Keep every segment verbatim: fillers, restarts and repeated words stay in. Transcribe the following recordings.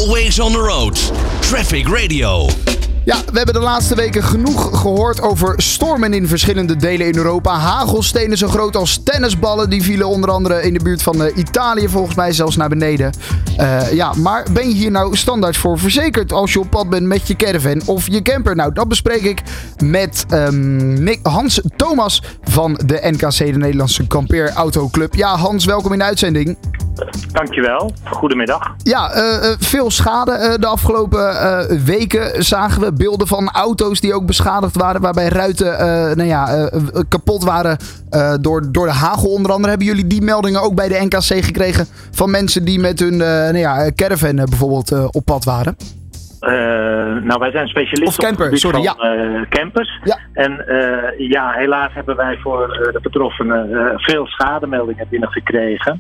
Always on the road. Traffic Radio. Ja, we hebben de laatste weken genoeg gehoord over stormen in verschillende delen in Europa. Hagelstenen zo groot als tennisballen, die vielen onder andere in de buurt van uh, Italië, volgens mij zelfs naar beneden. Uh, ja, maar ben je hier nou standaard voor verzekerd als je op pad bent met je caravan of je camper? Nou, dat bespreek ik met um, Nick, Hans Thomas van de N K C, de Nederlandse Kampeer Autoclub. Ja, Hans, welkom in de uitzending. Dankjewel. Goedemiddag. Ja, uh, uh, veel schade uh, de afgelopen uh, weken zagen we. Beelden van auto's die ook beschadigd waren, waarbij ruiten uh, nou ja, uh, kapot waren uh, door, door de hagel onder andere. Hebben jullie die meldingen ook bij de N K C gekregen van mensen die met hun uh, nou ja, caravan uh, bijvoorbeeld uh, op pad waren? Uh, nou, wij zijn specialisten of camper, op het gebied sorry, van ja. uh, campers. Ja. En uh, ja, helaas hebben wij voor uh, de betroffenen uh, veel schademeldingen binnengekregen.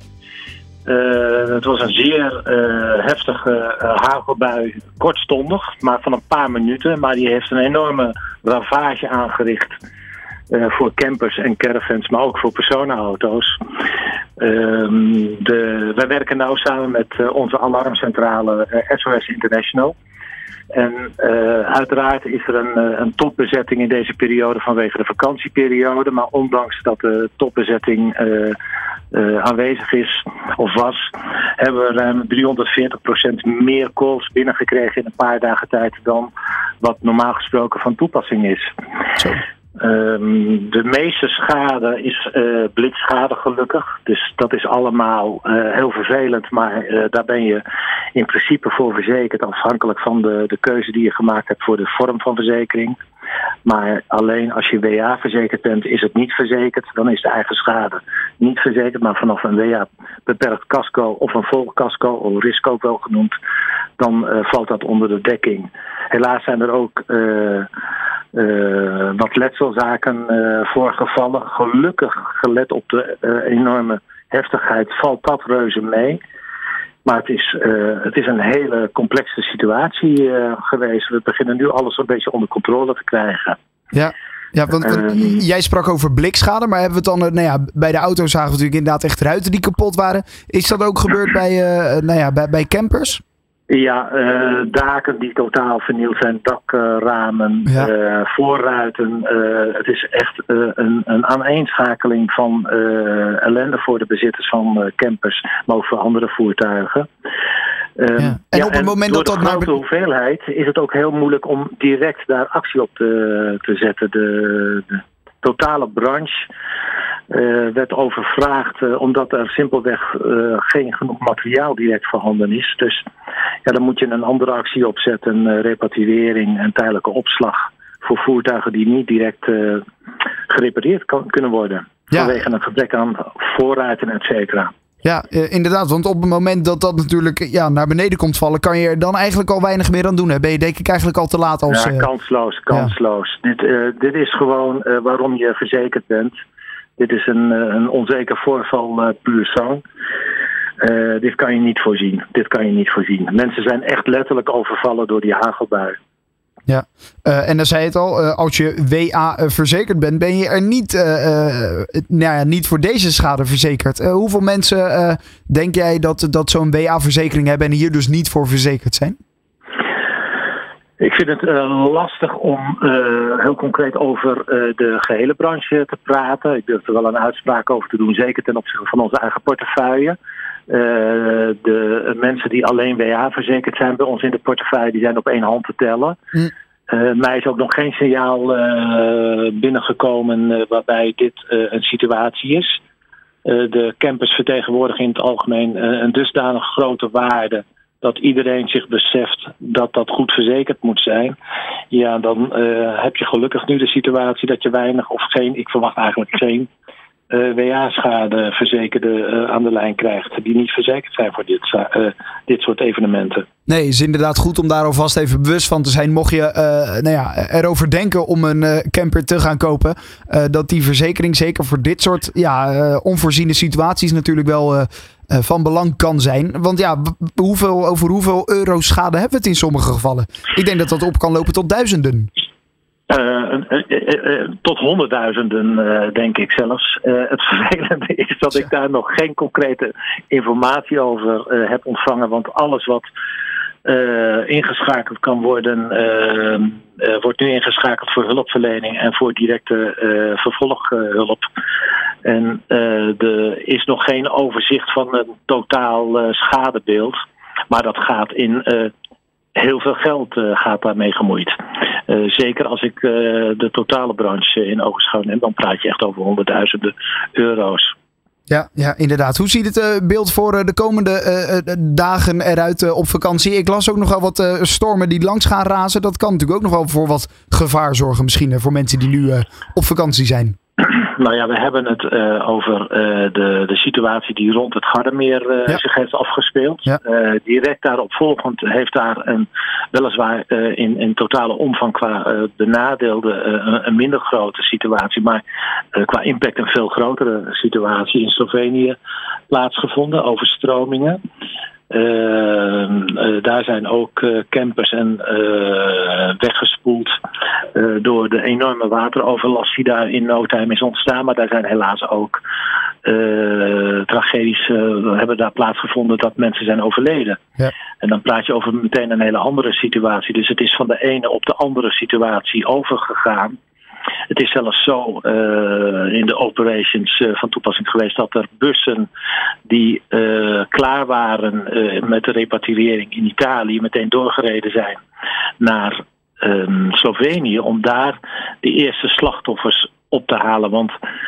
Uh, het was een zeer uh, heftige uh, hagelbui, kortstondig, maar van een paar minuten. Maar die heeft een enorme ravage aangericht uh, voor campers en caravans, maar ook voor personenauto's. Uh, de, wij werken nou samen met uh, onze alarmcentrale uh, S O S International. En uh, uiteraard is er een, uh, een topbezetting in deze periode vanwege de vakantieperiode. Maar ondanks dat de topbezetting uh, uh, aanwezig is of was, hebben we ruim driehonderdveertig procent meer calls binnengekregen in een paar dagen tijd dan wat normaal gesproken van toepassing is. Zo. Um, de meeste schade is uh, bliksschade gelukkig. Dus dat is allemaal uh, heel vervelend. Maar uh, daar ben je in principe voor verzekerd. Afhankelijk van de, de keuze die je gemaakt hebt voor de vorm van verzekering. Maar alleen als je W A verzekerd bent is het niet verzekerd. Dan is de eigen schade niet verzekerd. Maar vanaf een W A beperkt casco of een vol casco, of risco ook wel genoemd, dan uh, valt dat onder de dekking. Helaas zijn er ook Uh, Uh, wat letselzaken uh, voorgevallen. Gelukkig, gelet op de uh, enorme heftigheid, valt dat reuze mee. Maar het is, uh, het is een hele complexe situatie uh, geweest. We beginnen nu alles een beetje onder controle te krijgen. Ja. Ja, want uh, jij sprak over blikschade, maar hebben we het dan, uh, nou ja, bij de auto's zagen we natuurlijk inderdaad echt ruiten die kapot waren. Is dat ook gebeurd bij, uh, nou ja, bij, bij campers? Ja, uh, daken die totaal vernield zijn, dakramen, uh, ja. uh, voorruiten. Uh, het is echt uh, een, een aaneenschakeling van uh, ellende voor de bezitters van uh, campers, maar ook voor andere voertuigen. Uh, ja. En ja, op het moment door dat dat de grote naar... hoeveelheid is het ook heel moeilijk om direct daar actie op te, te zetten. De, de totale branche Uh, werd overvraagd uh, omdat er simpelweg uh, geen genoeg materiaal direct voorhanden is. Dus ja, dan moet je een andere actie opzetten, uh, repatriëring en tijdelijke opslag voor voertuigen die niet direct uh, gerepareerd kan, kunnen worden. Ja. Vanwege een gebrek aan voorruiten, et cetera. Ja, uh, inderdaad, want op het moment dat dat natuurlijk ja, naar beneden komt vallen, kan je er dan eigenlijk al weinig meer aan doen. Hè? Ben je denk ik eigenlijk al te laat als... Ja, kansloos, kansloos. Ja. Dit, uh, dit is gewoon uh, waarom je verzekerd bent. Dit is een, een onzeker voorval uh, puur zang. Uh, dit kan je niet voorzien. Dit kan je niet voorzien. Mensen zijn echt letterlijk overvallen door die hagelbui. Ja, uh, en dan zei je het al, uh, als je W A uh, verzekerd bent, ben je er niet, uh, uh, nou ja, niet voor deze schade verzekerd. Uh, hoeveel mensen uh, denk jij dat, dat zo'n W A-verzekering hebben en hier dus niet voor verzekerd zijn? Ik vind het uh, lastig om uh, heel concreet over uh, de gehele branche te praten. Ik durf er wel een uitspraak over te doen, zeker ten opzichte van onze eigen portefeuille. Uh, de mensen die alleen W A verzekerd zijn bij ons in de portefeuille, die zijn op één hand te tellen. Hm. Uh, mij is ook nog geen signaal uh, binnengekomen uh, waarbij dit uh, een situatie is. Uh, de campers vertegenwoordigen in het algemeen uh, een dusdanig grote waarde dat iedereen zich beseft dat dat goed verzekerd moet zijn. Ja, dan uh, heb je gelukkig nu de situatie dat je weinig of geen, ik verwacht eigenlijk geen uh, W A-schade verzekerden uh, aan de lijn krijgt. Die niet verzekerd zijn voor dit, uh, dit soort evenementen. Nee, het is inderdaad goed om daar alvast even bewust van te zijn. Mocht je uh, nou ja, erover denken om een uh, camper te gaan kopen, Uh, dat die verzekering zeker voor dit soort ja, uh, onvoorziene situaties natuurlijk wel Uh, Uh, van belang kan zijn. Want ja, hoeveel, over hoeveel euro schade hebben we het in sommige gevallen? Ik denk dat dat op kan lopen tot duizenden. Uh, uh, uh, uh, uh, tot honderdduizenden, uh, denk ik zelfs. Uh, het vervelende is dat ik daar nog geen concrete informatie over uh, heb ontvangen. Want alles wat uh, ingeschakeld kan worden. Uh, uh, wordt nu ingeschakeld voor hulpverlening en voor directe uh, vervolghulp. En uh, er is nog geen overzicht van een totaal uh, schadebeeld. Maar dat gaat in uh, heel veel geld uh, gaat daarmee gemoeid. Uh, zeker als ik uh, de totale branche in ogenschouw neem, dan praat je echt over honderdduizenden euro's. Ja, ja, inderdaad. Hoe ziet het uh, beeld voor uh, de komende uh, uh, dagen eruit uh, op vakantie? Ik las ook nog wel wat uh, stormen die langs gaan razen. Dat kan natuurlijk ook nog wel voor wat gevaar zorgen misschien uh, voor mensen die nu uh, op vakantie zijn. Nou ja, we hebben het uh, over uh, de, de situatie die rond het Gardermeer uh, ja. zich heeft afgespeeld. Ja. Uh, direct daarop volgend heeft daar een, weliswaar uh, in, in totale omvang qua uh, benadeelde uh, een, een minder grote situatie, maar uh, qua impact een veel grotere situatie in Slovenië plaatsgevonden, overstromingen. Uh, uh, daar zijn ook uh, campers en uh, weggespoeld uh, door de enorme wateroverlast die daar in no time is ontstaan. Maar daar zijn helaas ook uh, tragedies uh, hebben daar plaatsgevonden dat mensen zijn overleden. Ja. En dan praat je over meteen een hele andere situatie. Dus het is van de ene op de andere situatie overgegaan. Het is zelfs zo uh, in de operations uh, van toepassing geweest dat er bussen die uh, klaar waren uh, met de repatriëring in Italië meteen doorgereden zijn naar um, Slovenië om daar de eerste slachtoffers op te halen. Want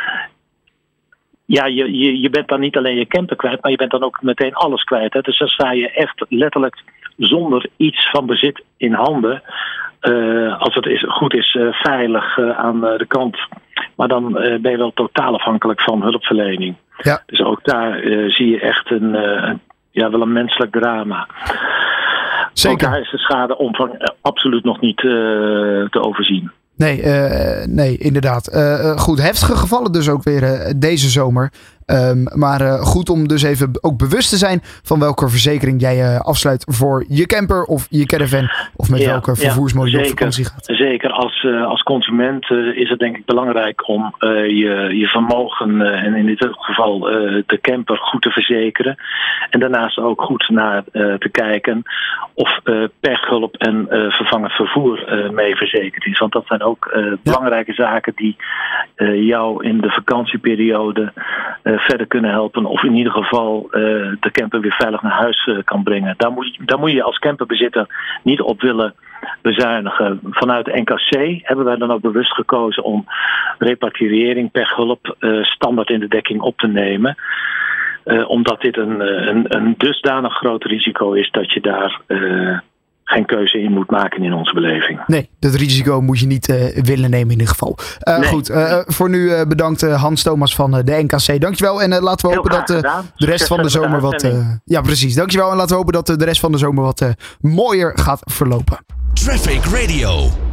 ja, je, je, je bent dan niet alleen je camper kwijt, maar je bent dan ook meteen alles kwijt. Hè? Dus dan sta je echt letterlijk zonder iets van bezit in handen. Uh, als het is, goed is, uh, veilig uh, aan uh, de kant. Maar dan uh, ben je wel totaal afhankelijk van hulpverlening. Ja. Dus ook daar uh, zie je echt een, uh, een, ja, wel een menselijk drama. Zeker. Ook daar is de schadeomvang uh, absoluut nog niet uh, te overzien. Nee, uh, nee, inderdaad. Uh, goed, heftige gevallen dus ook weer uh, deze zomer. Um, maar uh, goed om dus even ook bewust te zijn van welke verzekering jij uh, afsluit voor je camper of je caravan. Of met ja, welke vervoersmodus je op vakantie gaat. Zeker, als, uh, als consument uh, is het denk ik belangrijk om uh, je, je vermogen uh, en in dit geval uh, de camper goed te verzekeren. En daarnaast ook goed naar uh, te kijken of uh, pechhulp en uh, vervangend vervoer uh, mee verzekerd is. Want dat zijn ook uh, belangrijke ja. zaken die uh, jou in de vakantieperiode uh, verder kunnen helpen. Of in ieder geval uh, de camper weer veilig naar huis uh, kan brengen. Daar moet, daar moet je als camperbezitter niet op willen bezuinigen. Vanuit de N K C hebben wij dan ook bewust gekozen om repatriëring, pechhulp uh, standaard in de dekking op te nemen. Uh, omdat dit een, een, een dusdanig groot risico is dat je daar uh, geen keuze in moet maken in onze beleving. Nee, dat risico moet je niet uh, willen nemen in ieder geval. Uh, nee. Goed, uh, voor nu uh, bedankt uh, Hans Thomas van uh, de N K C. Dankjewel en uh, laten we Heel hopen dat uh, de rest van de zomer wat... Uh, ja, precies. Dankjewel en laten we hopen dat uh, de rest van de zomer wat uh, mooier gaat verlopen. Traffic Radio.